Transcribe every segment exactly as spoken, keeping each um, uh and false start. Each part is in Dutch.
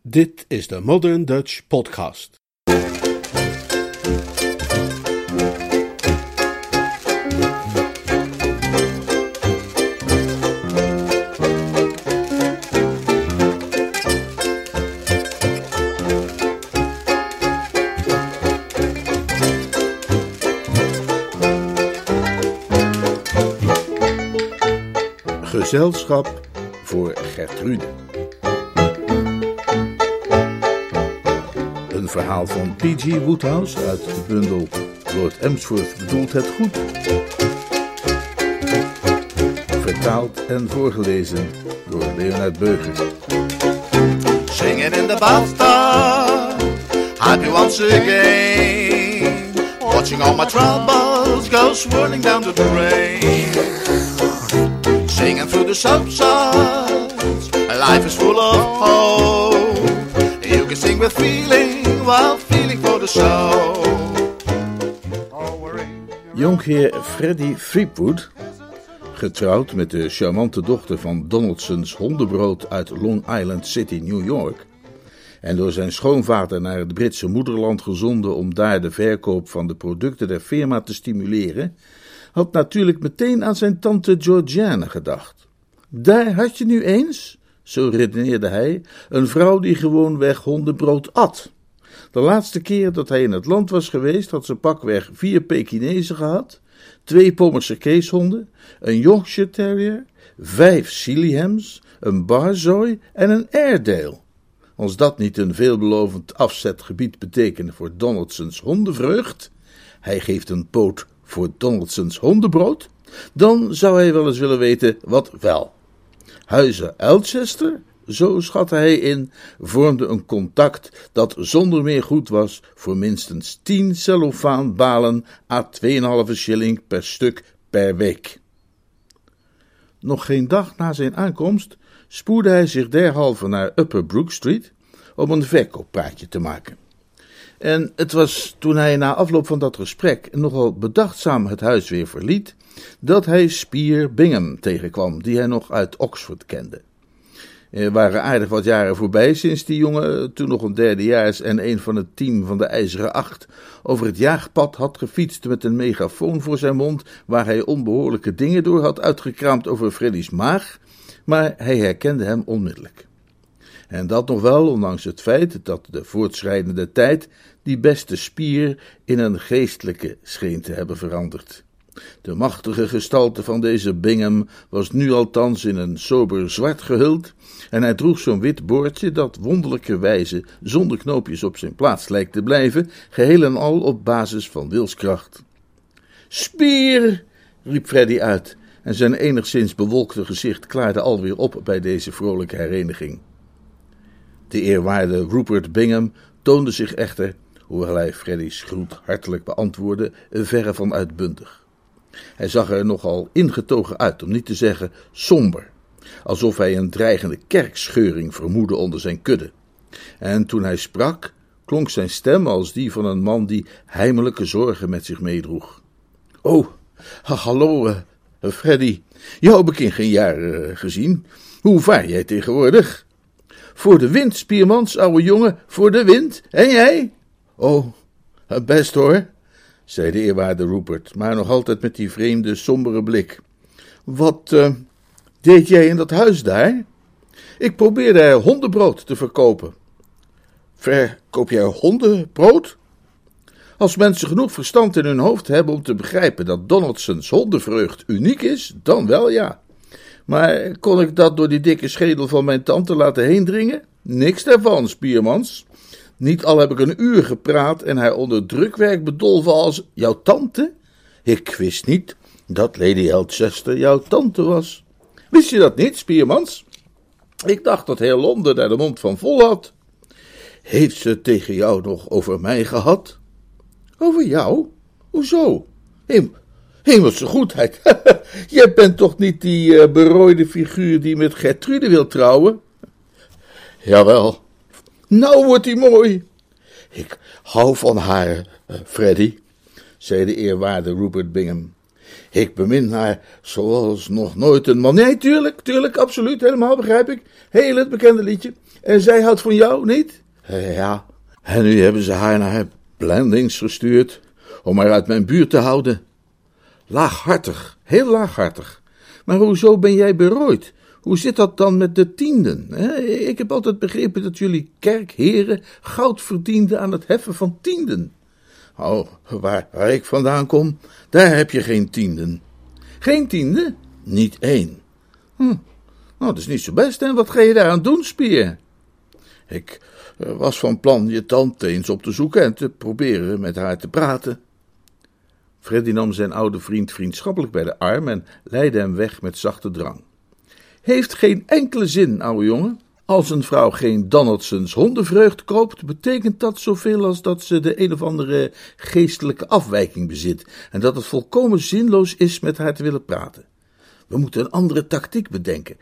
Dit is de Modern Dutch Podcast. Gezelschap voor Gertrude. Een verhaal van P G Wodehouse uit de bundel Lord Emsworth bedoelt het goed. Vertaald en voorgelezen door Leonard Beuger. Singing in the bathtub, happy once again. Watching all my troubles go swirling down the drain. Singing through the subsides, life is full of hope. You can sing with feeling while feeling for the soul. Jonkheer Freddie Threepwood, getrouwd met de charmante dochter van Donaldson's hondenbrood uit Long Island City, New York, en door zijn schoonvader naar het Britse moederland gezonden om daar de verkoop van de producten der firma te stimuleren, had natuurlijk meteen aan zijn tante Georgiana gedacht. Daar had je nu eens, zo redeneerde hij, een vrouw die gewoonweg hondenbrood at. De laatste keer dat hij in het land was geweest, had ze pakweg vier Pekinezen gehad, twee Pommerse keeshonden, een Yorkshire Terrier, vijf Sealyhams, een Borzoi en een Airedale. Als dat niet een veelbelovend afzetgebied betekende voor Donaldson's hondenvreugd, hij geeft een poot voor Donaldson's hondenbrood, dan zou hij wel eens willen weten wat wel. Huize Alcester, zo schatte hij in, vormde een contact dat zonder meer goed was voor minstens tien cellofaanbalen à twee komma vijf shilling per stuk per week. Nog geen dag na zijn aankomst spoedde hij zich derhalve naar Upper Brook Street om een verkooppraatje te maken. En het was toen hij na afloop van dat gesprek nogal bedachtzaam het huis weer verliet, dat hij Spier Bingham tegenkwam, die hij nog uit Oxford kende. Er waren aardig wat jaren voorbij sinds die jongen, toen nog een derdejaars en een van het team van de IJzeren Acht, over het jaagpad had gefietst met een megafoon voor zijn mond, waar hij onbehoorlijke dingen door had uitgekraamd over Freddy's maag, maar hij herkende hem onmiddellijk. En dat nog wel, ondanks het feit dat de voortschrijdende tijd die beste Spier in een geestelijke scheen te hebben veranderd. De machtige gestalte van deze Bingham was nu althans in een sober zwart gehuld, en hij droeg zo'n wit boordje dat wonderlijkerwijze zonder knoopjes op zijn plaats lijkt te blijven, geheel en al op basis van wilskracht. Spier, riep Freddy uit, en zijn enigszins bewolkte gezicht klaarde alweer op bij deze vrolijke hereniging. De eerwaarde Rupert Bingham toonde zich echter, hoewel hij Freddy's groet hartelijk beantwoordde, verre van uitbundig. Hij zag er nogal ingetogen uit, om niet te zeggen somber, alsof hij een dreigende kerkscheuring vermoedde onder zijn kudde. En toen hij sprak, klonk zijn stem als die van een man die heimelijke zorgen met zich meedroeg. Oh, hallo, uh, Freddy, jou heb ik in geen jaar uh, gezien. Hoe vaar jij tegenwoordig? Voor de wind, Spiermans, ouwe jongen, voor de wind. En jij? Oh, best hoor, zei de eerwaarde Rupert, maar nog altijd met die vreemde, sombere blik. Wat uh, deed jij in dat huis daar? Ik probeerde er hondenbrood te verkopen. Verkoop jij hondenbrood? Als mensen genoeg verstand in hun hoofd hebben om te begrijpen dat Donaldson's hondenvreugd uniek is, dan wel ja. Maar kon ik dat door die dikke schedel van mijn tante laten heendringen? Niks daarvan, Spiermans. Niet al heb ik een uur gepraat en haar onder drukwerk bedolven als jouw tante? Ik wist niet dat Lady Alcester jouw tante was. Wist je dat niet, Spiermans? Ik dacht dat heel Londen daar de mond van vol had. Heeft ze het tegen jou nog over mij gehad? Over jou? Hoezo? Hem, hemelse goedheid. Jij bent toch niet die uh, berooide figuur die met Gertrude wil trouwen? Jawel. Nou wordt hij mooi. Ik hou van haar, uh, Freddy, zei de eerwaarde Rupert Bingham. Ik bemin haar zoals nog nooit een man. Nee, tuurlijk, tuurlijk, absoluut, helemaal begrijp ik. Heel het bekende liedje. En zij houdt van jou, niet? Ja, en nu hebben ze haar naar Blandings gestuurd om haar uit mijn buurt te houden. Laaghartig, heel laaghartig. Maar hoezo ben jij berooid? Hoe zit dat dan met de tienden? Ik heb altijd begrepen dat jullie kerkheren goud verdienden aan het heffen van tienden. Oh, waar, waar ik vandaan kom, daar heb je geen tienden. Geen tienden? Niet één. Hm, nou, dat is niet zo best, hè? Wat ga je daar aan doen, spier? Ik uh, was van plan je tante eens op te zoeken en te proberen met haar te praten. Freddy nam zijn oude vriend vriendschappelijk bij de arm en leidde hem weg met zachte drang. Heeft geen enkele zin, ouwe jongen. Als een vrouw geen Donaldsons hondenvreugd koopt, betekent dat zoveel als dat ze de een of andere geestelijke afwijking bezit en dat het volkomen zinloos is met haar te willen praten. We moeten een andere tactiek bedenken.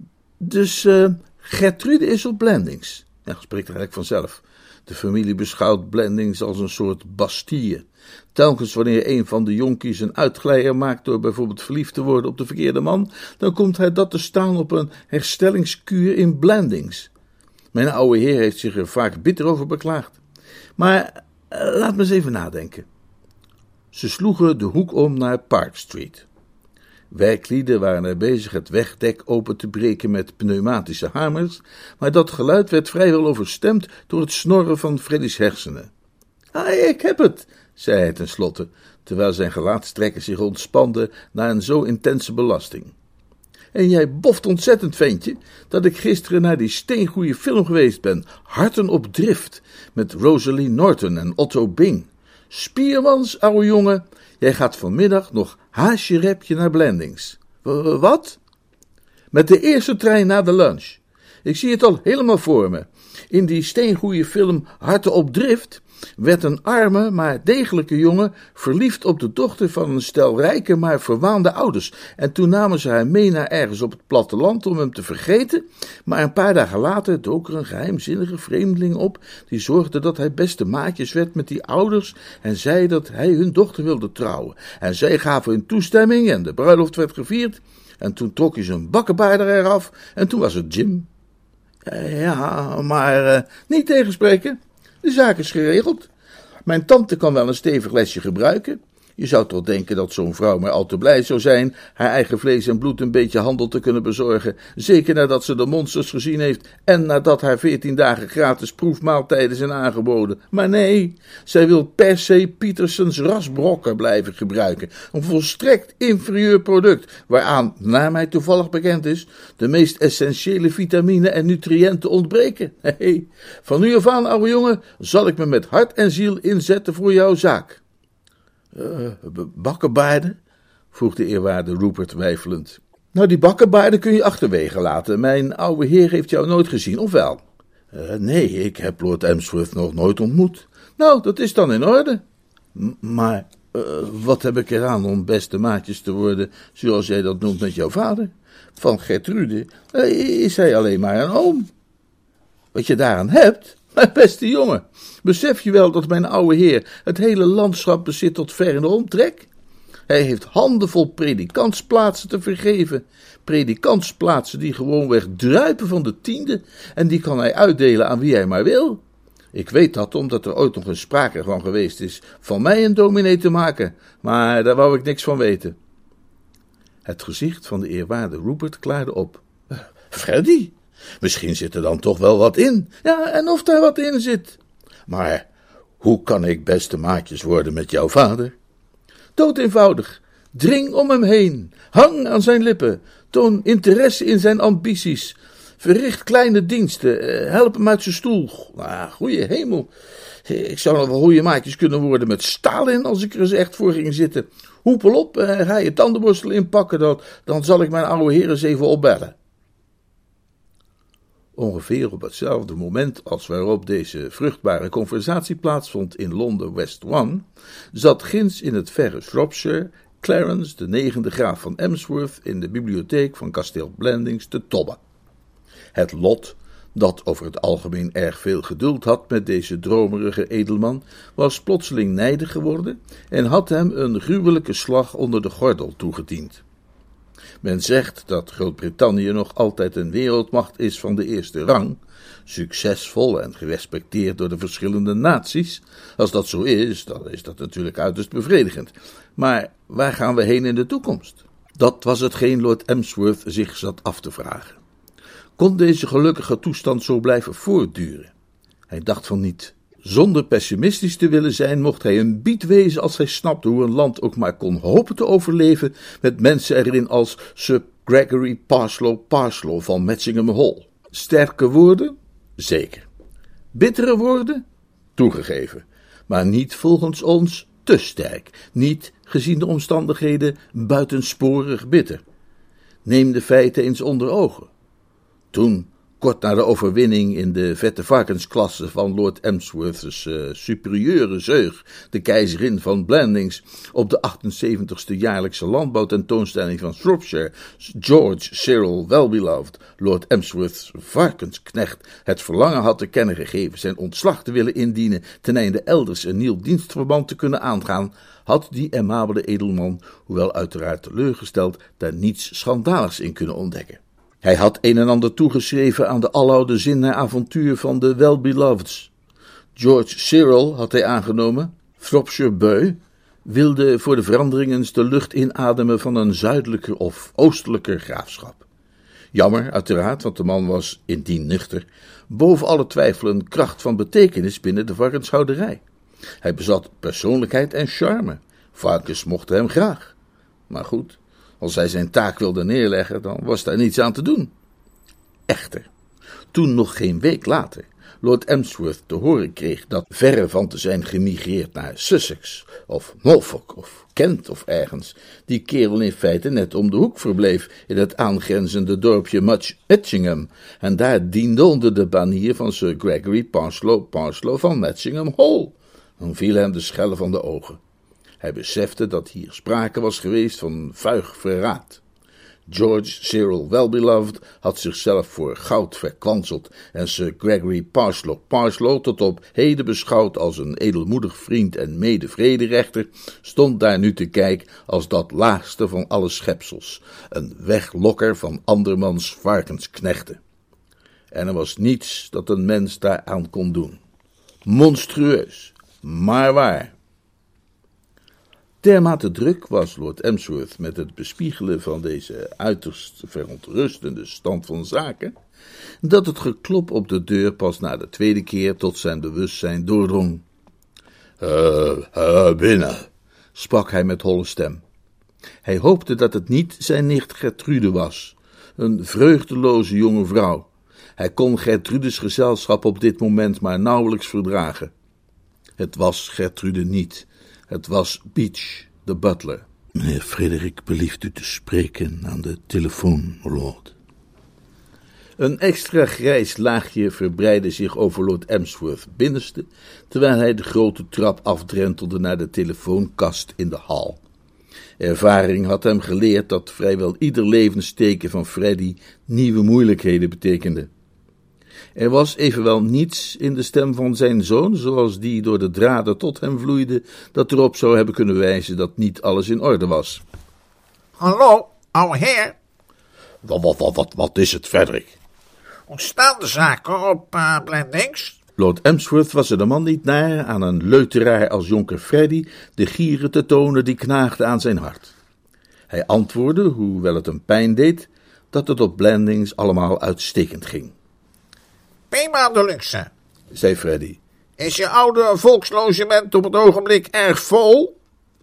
Dus uh, Gertrude is op Blandings. Ja, dat spreekt eigenlijk vanzelf. De familie beschouwt Blandings als een soort bastille. Telkens wanneer een van de jonkies een uitglijer maakt door bijvoorbeeld verliefd te worden op de verkeerde man, dan komt hij dat te staan op een herstellingskuur in Blandings. Mijn oude heer heeft zich er vaak bitter over beklaagd. Maar uh, laat me eens even nadenken. Ze sloegen de hoek om naar Park Street. Werklieden waren er bezig het wegdek open te breken met pneumatische hamers, maar dat geluid werd vrijwel overstemd door het snorren van Freddy's hersenen. Ah, ik heb het, zei hij tenslotte, terwijl zijn gelaatstrekken zich ontspanden na een zo intense belasting. En jij boft ontzettend, ventje, dat ik gisteren naar die steengoeie film geweest ben, Harten op drift, met Rosalie Norton en Otto Bing. Spiermans, ouwe jongen, jij gaat vanmiddag nog haasje-repje naar Blandings. W- wat? Met de eerste trein na de lunch. Ik zie het al helemaal voor me. In die steengoeie film Harten op drift werd een arme, maar degelijke jongen verliefd op de dochter van een stel rijke, maar verwaande ouders. En toen namen ze haar mee naar ergens op het platteland om hem te vergeten, maar een paar dagen later dook er een geheimzinnige vreemdeling op, die zorgde dat hij beste maatjes werd met die ouders en zei dat hij hun dochter wilde trouwen. En zij gaven hun toestemming en de bruiloft werd gevierd. En toen trok hij zijn bakkenbaarder eraf en toen was het Jim. Ja, maar uh, niet tegenspreken. De zaak is geregeld. Mijn tante kan wel een stevig lesje gebruiken. Je zou toch denken dat zo'n vrouw maar al te blij zou zijn haar eigen vlees en bloed een beetje handel te kunnen bezorgen, zeker nadat ze de monsters gezien heeft en nadat haar veertien dagen gratis proefmaaltijden zijn aangeboden. Maar nee, zij wil per se Petersens rasbrokken blijven gebruiken, een volstrekt inferieur product, waaraan, naar mij toevallig bekend is, de meest essentiële vitamine en nutriënten ontbreken. Hey, van nu af aan, ouwe jongen, zal ik me met hart en ziel inzetten voor jouw zaak. Uh, bakkenbaarden? Vroeg de eerwaarde Rupert weifelend. Nou, die bakkenbaarden kun je achterwege laten. Mijn oude heer heeft jou nooit gezien, of wel? Uh, nee, ik heb Lord Emsworth nog nooit ontmoet. Nou, dat is dan in orde. M- maar uh, wat heb ik eraan om beste maatjes te worden, zoals jij dat noemt met jouw vader? Van Gertrude uh, is hij alleen maar een oom. Wat je daaraan hebt? Mijn beste jongen, besef je wel dat mijn oude heer het hele landschap bezit tot ver in de omtrek? Hij heeft handenvol predikantsplaatsen te vergeven, predikantsplaatsen die gewoonweg druipen van de tiende, en die kan hij uitdelen aan wie hij maar wil. Ik weet dat omdat er ooit nog eens sprake van geweest is van mij een dominee te maken, maar daar wou ik niks van weten. Het gezicht van de eerwaarde Rupert klaarde op. Freddy? Misschien zit er dan toch wel wat in. Ja, en of daar wat in zit. Maar hoe kan ik beste maatjes worden met jouw vader? Dood eenvoudig. Dring om hem heen. Hang aan zijn lippen. Toon interesse in zijn ambities. Verricht kleine diensten. Help hem uit zijn stoel. Nou, goeie hemel. Ik zou nog wel goeie maatjes kunnen worden met Stalin als ik er eens echt voor ging zitten. Hoepel op, ga je tandenborstel inpakken, dan, dan zal ik mijn oude heer eens even opbellen. Ongeveer op hetzelfde moment als waarop deze vruchtbare conversatie plaatsvond in Londen West One, zat ginds in het verre Shropshire Clarence, de negende graaf van Emsworth, in de bibliotheek van kasteel Blandings te tobben. Het lot, dat over het algemeen erg veel geduld had met deze dromerige edelman, was plotseling nijdig geworden en had hem een gruwelijke slag onder de gordel toegediend. Men zegt dat Groot-Brittannië nog altijd een wereldmacht is van de eerste rang, succesvol en gerespecteerd door de verschillende naties. Als dat zo is, dan is dat natuurlijk uiterst bevredigend. Maar waar gaan we heen in de toekomst? Dat was hetgeen Lord Emsworth zich zat af te vragen. Kon deze gelukkige toestand zo blijven voortduren? Hij dacht van niet. Zonder pessimistisch te willen zijn, mocht hij een bied wezen als hij snapte hoe een land ook maar kon hopen te overleven met mensen erin als Sir Gregory Parslow Parslow van Matchingham Hall. Sterke woorden? Zeker. Bittere woorden? Toegegeven. Maar niet volgens ons te sterk. Niet, gezien de omstandigheden, buitensporig bitter. Neem de feiten eens onder ogen. Toen, kort na de overwinning in de vette varkensklasse van Lord Emsworth's uh, superieure zeug, de keizerin van Blandings, op de achtenzeventigste jaarlijkse landbouwtentoonstelling van Shropshire, George Cyril Wellbeloved, Lord Emsworth's varkensknecht, het verlangen had te kennen gegeven zijn ontslag te willen indienen, ten einde elders een nieuw dienstverband te kunnen aangaan, had die amabele edelman, hoewel uiteraard teleurgesteld, daar niets schandaligs in kunnen ontdekken. Hij had een en ander toegeschreven aan de aloude zin naar avontuur van de Wellbeloveds. George Cyril, had hij aangenomen, Shropshire Beu, wilde voor de verandering eens de lucht inademen van een zuidelijker of oostelijker graafschap. Jammer, uiteraard, want de man was, indien nuchter, boven alle twijfel een kracht van betekenis binnen de varkenshouderij. Hij bezat persoonlijkheid en charme. Varkens mochten hem graag. Maar goed, als hij zijn taak wilde neerleggen, dan was daar niets aan te doen. Echter, toen nog geen week later Lord Emsworth te horen kreeg dat, verre van te zijn gemigreerd naar Sussex, of Norfolk, of Kent of ergens, die kerel in feite net om de hoek verbleef in het aangrenzende dorpje Matchingham, en daar diende onder de banier van Sir Gregory Parslow Parslow van Matchingham Hall. Dan viel hem de schellen van de ogen. Hij besefte dat hier sprake was geweest van vuig verraad. George Cyril Wellbeloved had zichzelf voor goud verkwanseld en Sir Gregory Parslow Parslow, tot op heden beschouwd als een edelmoedig vriend en mede-vrederechter, stond daar nu te kijk als dat laagste van alle schepsels, een weglokker van andermans varkensknechten. En er was niets dat een mens daaraan kon doen. Monstrueus, maar waar. Dermate druk was Lord Emsworth met het bespiegelen van deze uiterst verontrustende stand van zaken, dat het geklop op de deur pas na de tweede keer tot zijn bewustzijn doordrong. Uh, uh, binnen, sprak hij met holle stem. Hij hoopte dat het niet zijn nicht Gertrude was, een vreugdeloze jonge vrouw. Hij kon Gertrudes gezelschap op dit moment maar nauwelijks verdragen. Het was Gertrude niet. Het was Beach, de butler. Meneer Frederik belieft u te spreken aan de telefoon, lord. Een extra grijs laagje verbreidde zich over Lord Emsworth's binnenste, terwijl hij de grote trap afdrentelde naar de telefoonkast in de hal. Ervaring had hem geleerd dat vrijwel ieder levensteken van Freddy nieuwe moeilijkheden betekende. Er was evenwel niets in de stem van zijn zoon, zoals die door de draden tot hem vloeide, dat erop zou hebben kunnen wijzen dat niet alles in orde was. Hallo, ouwe heer. Wat, wat, wat, wat, wat is het, Frederik? Hoe staan de zaken op uh, Blandings? Lord Emsworth was er de man niet naar aan een leuteraar als jonker Freddy de gieren te tonen die knaagde aan zijn hart. Hij antwoordde, hoewel het hem pijn deed, dat het op Blandings allemaal uitstekend ging. Prima de luxe, zei Freddy. Is je oude volkslogement op het ogenblik erg vol?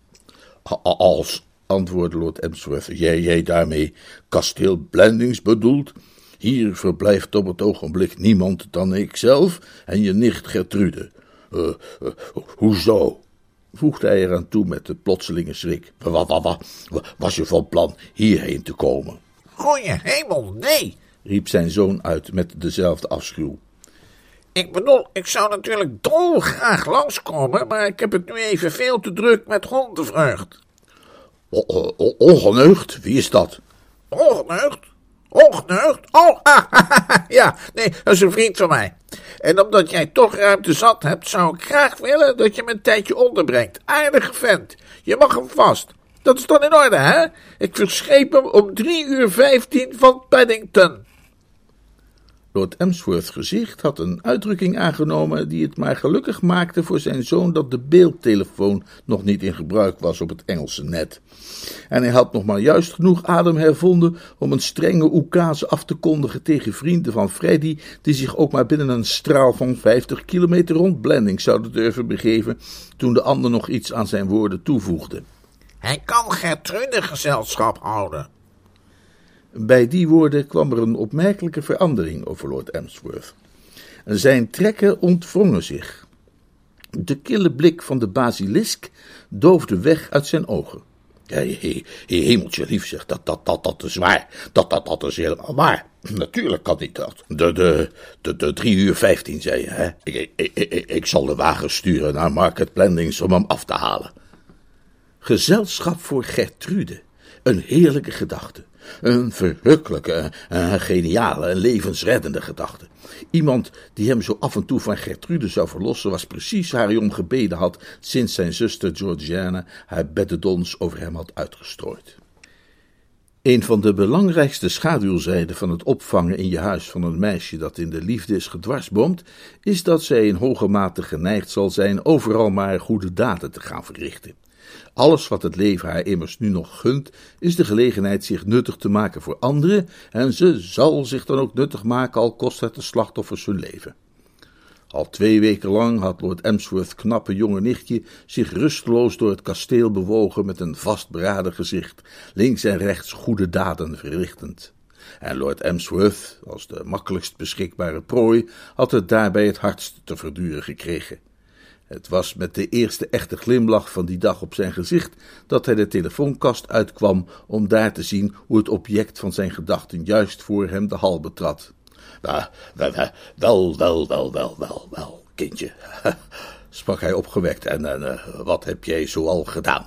Als, antwoordde Lord Emsworth, jij, jij daarmee kasteel Blandings bedoelt? Hier verblijft op het ogenblik niemand dan ikzelf en je nicht Gertrude. Uh, uh, hoezo? Voegde hij eraan toe met de plotselinge schrik. Wat, wat, wat, was je van plan hierheen te komen? Goeie hemel, nee, riep zijn zoon uit met dezelfde afschuw. Ik bedoel, ik zou natuurlijk dolgraag langskomen, maar ik heb het nu even veel te druk met hondenvreugd. O, o, ongeneugd? Wie is dat? Ongeneugd? Ongeneugd? Oh, ah, ja, nee, dat is een vriend van mij. En omdat jij toch ruimte zat hebt, zou ik graag willen dat je me een tijdje onderbrengt. Aardige vent, je mag hem vast. Dat is dan in orde, hè? Ik verscheep hem om drie uur vijftien van Paddington. Lord Emsworth's gezicht had een uitdrukking aangenomen die het maar gelukkig maakte voor zijn zoon dat de beeldtelefoon nog niet in gebruik was op het Engelse net. En hij had nog maar juist genoeg adem hervonden om een strenge oekase af te kondigen tegen vrienden van Freddy, die zich ook maar binnen een straal van vijftig kilometer rond Blandings zouden durven begeven, toen de ander nog iets aan zijn woorden toevoegde. Hij kan Gertrude gezelschap houden. Bij die woorden kwam er een opmerkelijke verandering over Lord Emsworth. Zijn trekken ontwrongen zich. De kille blik van de basilisk doofde weg uit zijn ogen. Ja, he, he, hemeltje lief, zegt dat, dat, dat, dat is waar. Dat, dat, dat is helemaal waar. Natuurlijk kan niet dat. De, de, de, de drie uur vijftien, zei je, hè? Ik, ik, ik, ik zal de wagen sturen naar Market Blandings om hem af te halen. Gezelschap voor Gertrude. Een heerlijke gedachte. Een verrukkelijke, een geniale en levensreddende gedachte. Iemand die hem zo af en toe van Gertrude zou verlossen, was precies waar hij om gebeden had, sinds zijn zuster Georgiana haar beddedons over hem had uitgestrooid. Een van de belangrijkste schaduwzijden van het opvangen in je huis van een meisje dat in de liefde is gedwarsboomd, is dat zij in hoge mate geneigd zal zijn overal maar goede daden te gaan verrichten. Alles wat het leven haar immers nu nog gunt, is de gelegenheid zich nuttig te maken voor anderen, en ze zal zich dan ook nuttig maken, al kost het de slachtoffers hun leven. Al twee weken lang had Lord Emsworth's knappe jonge nichtje zich rusteloos door het kasteel bewogen met een vastberaden gezicht, links en rechts goede daden verrichtend. En Lord Emsworth, als de makkelijkst beschikbare prooi, had het daarbij het hardst te verduren gekregen. Het was met de eerste echte glimlach van die dag op zijn gezicht dat hij de telefoonkast uitkwam om daar te zien hoe het object van zijn gedachten juist voor hem de hal betrad. Nou, wel, wel, wel, wel, wel, wel, wel, kindje, sprak hij opgewekt, en, en uh, wat heb jij zoal gedaan?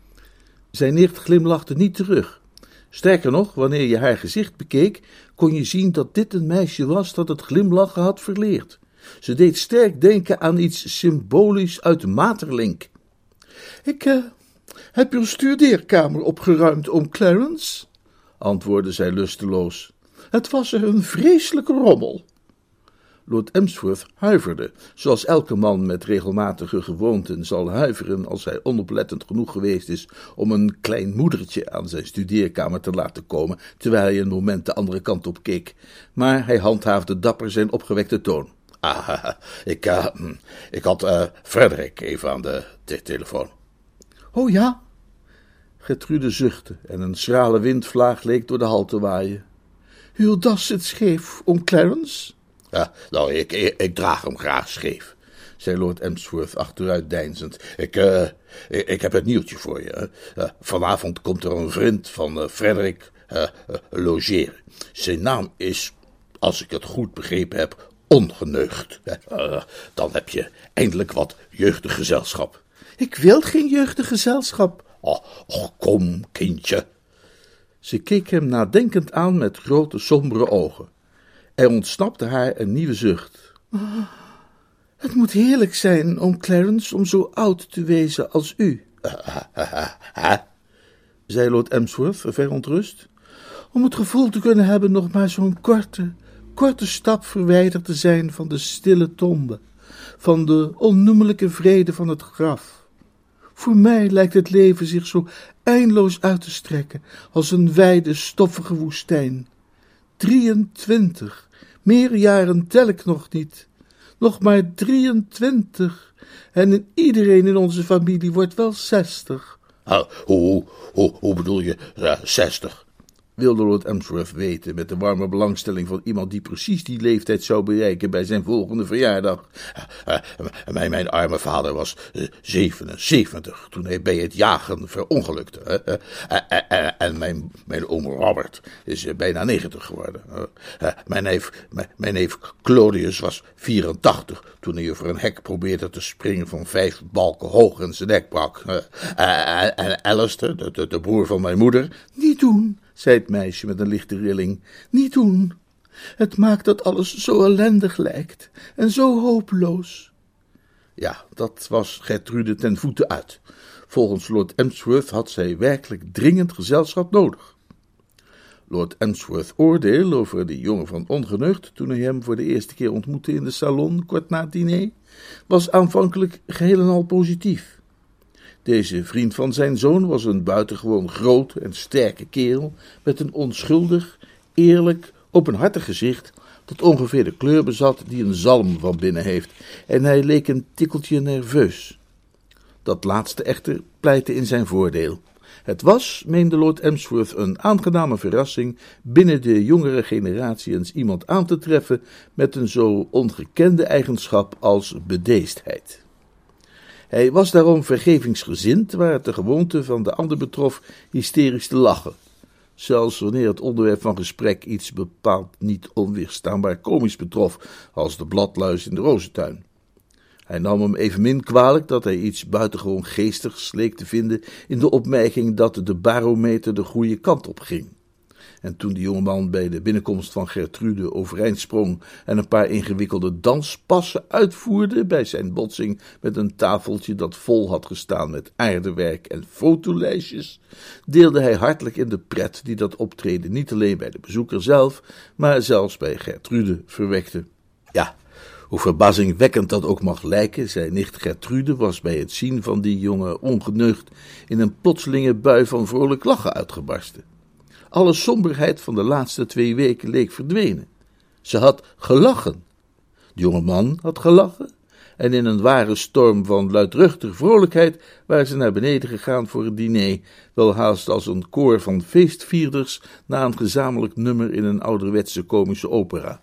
Zijn nicht glimlachte niet terug. Sterker nog, wanneer je haar gezicht bekeek, kon je zien dat dit een meisje was dat het glimlachen had verleerd. Ze deed sterk denken aan iets symbolisch uit Maeterlinck. Ik uh, heb uw studeerkamer opgeruimd, oom Clarence, antwoordde zij lusteloos. Het was er een vreselijke rommel. Lord Emsworth huiverde, zoals elke man met regelmatige gewoonten zal huiveren als hij onoplettend genoeg geweest is om een klein moedertje aan zijn studeerkamer te laten komen, terwijl hij een moment de andere kant op keek. Maar hij handhaafde dapper zijn opgewekte toon. Ah, ik, uh, ik had uh, Frederik even aan de te- telefoon. Oh ja? Gertrude zuchtte en een schrale windvlaag leek door de hal te waaien. Uw das zit scheef, oom Clarence? Ja, nou, ik, ik, ik draag hem graag scheef, zei Lord Emsworth achteruit deinzend. Ik, uh, ik, ik heb het nieuwtje voor je. Uh, vanavond komt er een vriend van uh, Frederik uh, uh, logeren. Zijn naam is, als ik het goed begrepen heb, Ongeneugd. Uh, dan heb je eindelijk wat jeugdig gezelschap. Ik wil geen jeugdig gezelschap. Oh, oh, kom, kindje. Ze keek hem nadenkend aan met grote, sombere ogen. Er ontsnapte haar een nieuwe zucht. Oh, het moet heerlijk zijn, oom Clarence, om zo oud te wezen als u. Uh, uh, uh, uh, zei Lord Emsworth, verontrust. Om het gevoel te kunnen hebben nog maar zo'n korte, korte stap verwijderd te zijn van de stille tombe, van de onnoemelijke vrede van het graf. Voor mij lijkt het leven zich zo eindeloos uit te strekken als een wijde, stoffige woestijn. Drieëntwintig, meer jaren tel ik nog niet. Nog maar drieëntwintig, en iedereen in onze familie wordt wel zestig. Uh, hoe, hoe, hoe bedoel je uh, zestig? Wilde Lord Emsworth weten, met de warme belangstelling van iemand die precies die leeftijd zou bereiken bij zijn volgende verjaardag. Uh, uh, mijn, mijn arme vader was uh, zevenenzeventig toen hij bij het jagen verongelukte. Uh, uh, uh, uh, en mijn, mijn oom Robert is uh, bijna negentig geworden. Uh, uh, mijn, neef, mijn, mijn neef Claudius was vierentachtig toen hij over een hek probeerde te springen van vijf balken hoog en zijn nek brak. Uh, uh, en Alistair, de, de, de broer van mijn moeder, niet doen, zei het meisje met een lichte rilling. Niet doen. Het maakt dat alles zo ellendig lijkt en zo hopeloos. Ja, dat was Gertrude ten voeten uit. Volgens Lord Emsworth had zij werkelijk dringend gezelschap nodig. Lord Emsworth's oordeel over die jongen van Ongenucht, toen hij hem voor de eerste keer ontmoette in de salon, kort na het diner, was aanvankelijk geheel en al positief. Deze vriend van zijn zoon was een buitengewoon groot en sterke kerel, met een onschuldig, eerlijk, openhartig gezicht, dat ongeveer de kleur bezat die een zalm van binnen heeft, en hij leek een tikkeltje nerveus. Dat laatste echter pleitte in zijn voordeel. Het was, meende Lord Emsworth, een aangename verrassing binnen de jongere generatie eens iemand aan te treffen met een zo ongekende eigenschap als bedeesdheid. Hij was daarom vergevingsgezind, waar het de gewoonte van de ander betrof hysterisch te lachen, zelfs wanneer het onderwerp van gesprek iets bepaald niet onweerstaanbaar komisch betrof, als de bladluis in de rozentuin. Hij nam hem evenmin kwalijk dat hij iets buitengewoon geestigs leek te vinden in de opmerking dat de barometer de goede kant op ging. En toen de jongeman bij de binnenkomst van Gertrude overeind sprong en een paar ingewikkelde danspassen uitvoerde bij zijn botsing met een tafeltje dat vol had gestaan met aardewerk en fotolijstjes, deelde hij hartelijk in de pret die dat optreden niet alleen bij de bezoeker zelf, maar zelfs bij Gertrude verwekte. Ja, hoe verbazingwekkend dat ook mag lijken, zijn nicht Gertrude was bij het zien van die jonge ongeneugd in een plotselinge bui van vrolijk lachen uitgebarsten. Alle somberheid van de laatste twee weken leek verdwenen. Ze had gelachen. De jonge man had gelachen, en in een ware storm van luidruchtige vrolijkheid waren ze naar beneden gegaan voor het diner, wel haast als een koor van feestvierders na een gezamenlijk nummer in een ouderwetse komische opera.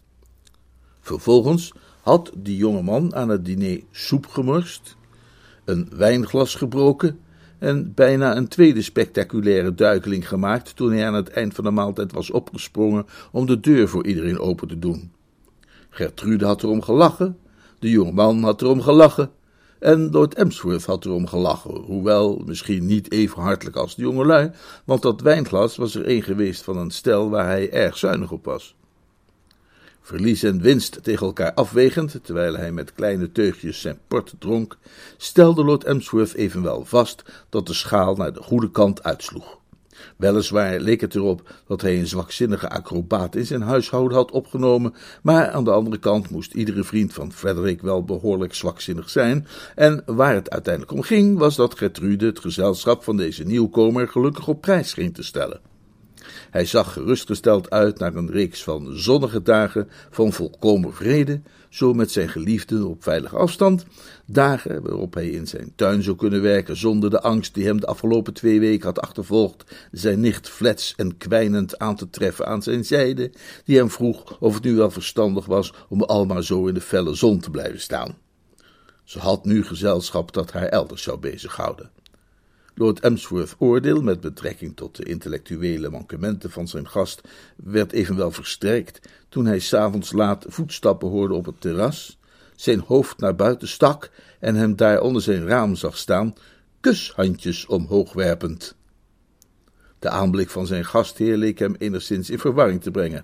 Vervolgens had die jonge man aan het diner soep gemorst, een wijnglas gebroken en bijna een tweede spectaculaire duikeling gemaakt toen hij aan het eind van de maaltijd was opgesprongen om de deur voor iedereen open te doen. Gertrude had erom gelachen, de jonge man had erom gelachen en Lord Emsworth had erom gelachen, hoewel misschien niet even hartelijk als de jongelui, want dat wijnglas was er een geweest van een stel waar hij erg zuinig op was. Verlies en winst tegen elkaar afwegend, terwijl hij met kleine teugjes zijn port dronk, stelde Lord Emsworth evenwel vast dat de schaal naar de goede kant uitsloeg. Weliswaar leek het erop dat hij een zwakzinnige acrobaat in zijn huishouden had opgenomen, maar aan de andere kant moest iedere vriend van Frederick wel behoorlijk zwakzinnig zijn, en waar het uiteindelijk om ging, was dat Gertrude het gezelschap van deze nieuwkomer gelukkig op prijs ging te stellen. Hij zag gerustgesteld uit naar een reeks van zonnige dagen van volkomen vrede, zo met zijn geliefde op veilige afstand, dagen waarop hij in zijn tuin zou kunnen werken zonder de angst die hem de afgelopen twee weken had achtervolgd, zijn nicht flets en kwijnend aan te treffen aan zijn zijde, die hem vroeg of het nu wel verstandig was om almaar zo in de felle zon te blijven staan. Ze had nu gezelschap dat haar elders zou bezighouden. Lord Emsworth's oordeel met betrekking tot de intellectuele mankementen van zijn gast werd evenwel versterkt toen hij 's avonds laat voetstappen hoorde op het terras, zijn hoofd naar buiten stak en hem daar onder zijn raam zag staan, kushandjes omhoog werpend. De aanblik van zijn gastheer leek hem enigszins in verwarring te brengen.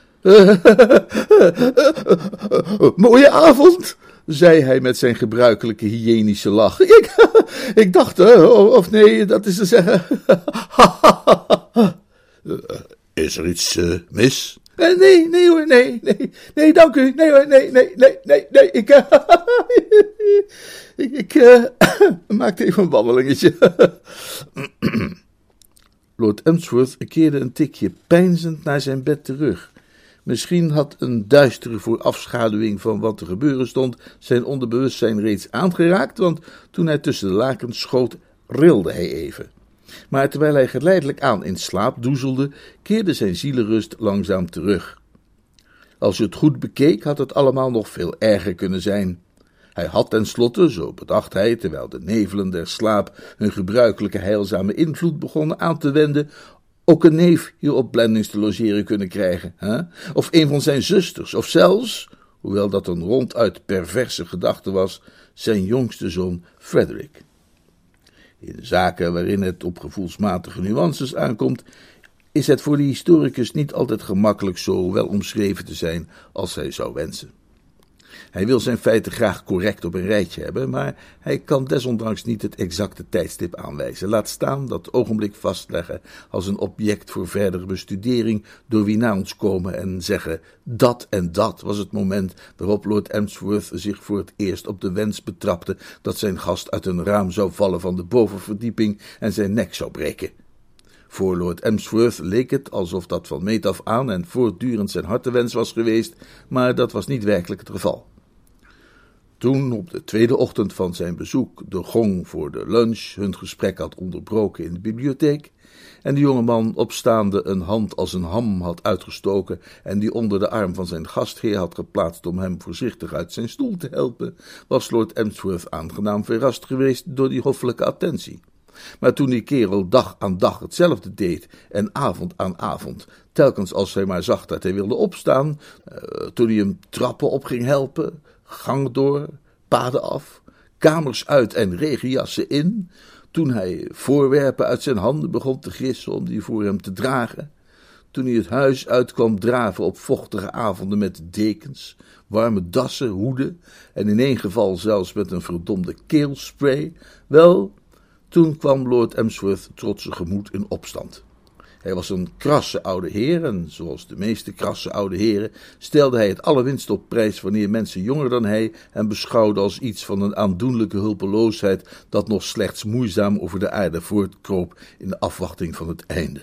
Mooie avond, zei hij met zijn gebruikelijke hyënische lach. Ik, ik dacht, of nee, dat is te zeggen. Is er iets uh, mis? Uh, nee, nee hoor, nee, nee, nee, dank u, nee hoor, nee, nee, nee, nee, nee, ik, uh, ik, ik uh, maakte even een wandelingetje. Lord Emsworth keerde een tikje peinzend naar zijn bed terug. Misschien had een duistere voorafschaduwing van wat er gebeuren stond zijn onderbewustzijn reeds aangeraakt, want toen hij tussen de lakens schoot, rilde hij even. Maar terwijl hij geleidelijk aan in slaap doezelde, keerde zijn zielerust langzaam terug. Als je het goed bekeek, had het allemaal nog veel erger kunnen zijn. Hij had tenslotte, zo bedacht hij, terwijl de nevelen der slaap hun gebruikelijke heilzame invloed begonnen aan te wenden, ook een neef hier op Blandings te logeren kunnen krijgen, hè? Of een van zijn zusters, of zelfs, hoewel dat een ronduit perverse gedachte was, zijn jongste zoon Frederick. In zaken waarin het op gevoelsmatige nuances aankomt, is het voor de historicus niet altijd gemakkelijk zo wel omschreven te zijn als hij zou wensen. Hij wil zijn feiten graag correct op een rijtje hebben, maar hij kan desondanks niet het exacte tijdstip aanwijzen. Laat staan dat ogenblik vastleggen als een object voor verdere bestudering door wie na ons komen en zeggen: dat en dat was het moment waarop Lord Emsworth zich voor het eerst op de wens betrapte dat zijn gast uit een raam zou vallen van de bovenverdieping en zijn nek zou breken. Voor Lord Emsworth leek het alsof dat van meet af aan en voortdurend zijn hartewens was geweest, maar dat was niet werkelijk het geval. Toen op de tweede ochtend van zijn bezoek de gong voor de lunch hun gesprek had onderbroken in de bibliotheek en de jongeman opstaande een hand als een ham had uitgestoken en die onder de arm van zijn gastheer had geplaatst om hem voorzichtig uit zijn stoel te helpen, was Lord Emsworth aangenaam verrast geweest door die hoffelijke attentie. Maar toen die kerel dag aan dag hetzelfde deed en avond aan avond, telkens als hij maar zag dat hij wilde opstaan, uh, toen hij hem trappen op ging helpen, gang door, paden af, kamers uit en regenjassen in, toen hij voorwerpen uit zijn handen begon te gissen om die voor hem te dragen, toen hij het huis uit kwam draven op vochtige avonden met dekens, warme dassen, hoeden en in één geval zelfs met een verdomde keelspray, wel, toen kwam Lord Emsworth trotse gemoed in opstand. Hij was een krasse oude heer en, zoals de meeste krasse oude heren, stelde hij het allerminst op prijs wanneer mensen jonger dan hij hem beschouwden als iets van een aandoenlijke hulpeloosheid dat nog slechts moeizaam over de aarde voortkroop in de afwachting van het einde.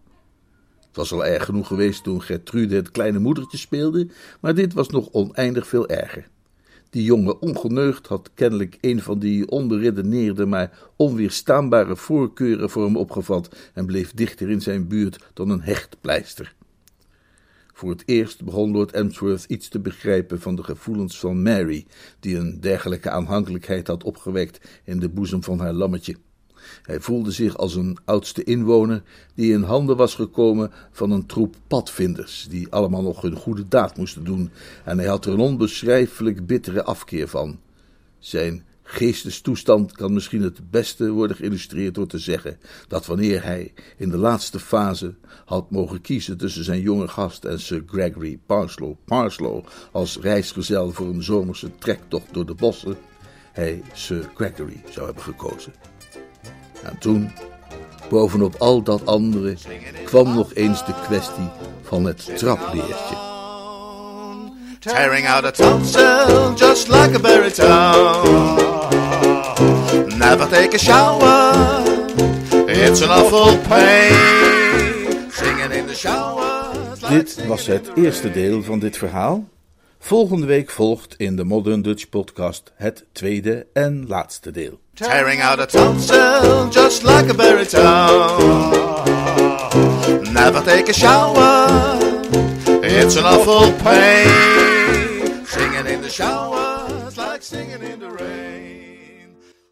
Het was al erg genoeg geweest toen Gertrude het kleine moedertje speelde, maar dit was nog oneindig veel erger. Die jonge ongeneugd had kennelijk een van die onberedeneerde, maar onweerstaanbare voorkeuren voor hem opgevat en bleef dichter in zijn buurt dan een hechtpleister. Voor het eerst begon Lord Emsworth iets te begrijpen van de gevoelens van Mary, die een dergelijke aanhankelijkheid had opgewekt in de boezem van haar lammetje. Hij voelde zich als een oudste inwoner die in handen was gekomen van een troep padvinders, die allemaal nog hun goede daad moesten doen, en hij had er een onbeschrijfelijk bittere afkeer van. Zijn geestestoestand kan misschien het beste worden geïllustreerd door te zeggen dat wanneer hij in de laatste fase had mogen kiezen tussen zijn jonge gast en Sir Gregory Parslow Parslow als reisgezel voor een zomerse trektocht door de bossen, hij Sir Gregory zou hebben gekozen. En toen, bovenop al dat andere, kwam nog eens de kwestie van het trapleertje. Tearing out a tonsil just like a berry town. Never take a shower, it's an awful pain. Singing in the shower. Dit was het eerste deel van dit verhaal. Volgende week volgt in de Modern Dutch Podcast het tweede en laatste deel. Tearing out a tonsil just like a berry town. Never take a shower, it's an awful pain. Singing in the shower, it's like singing in the rain.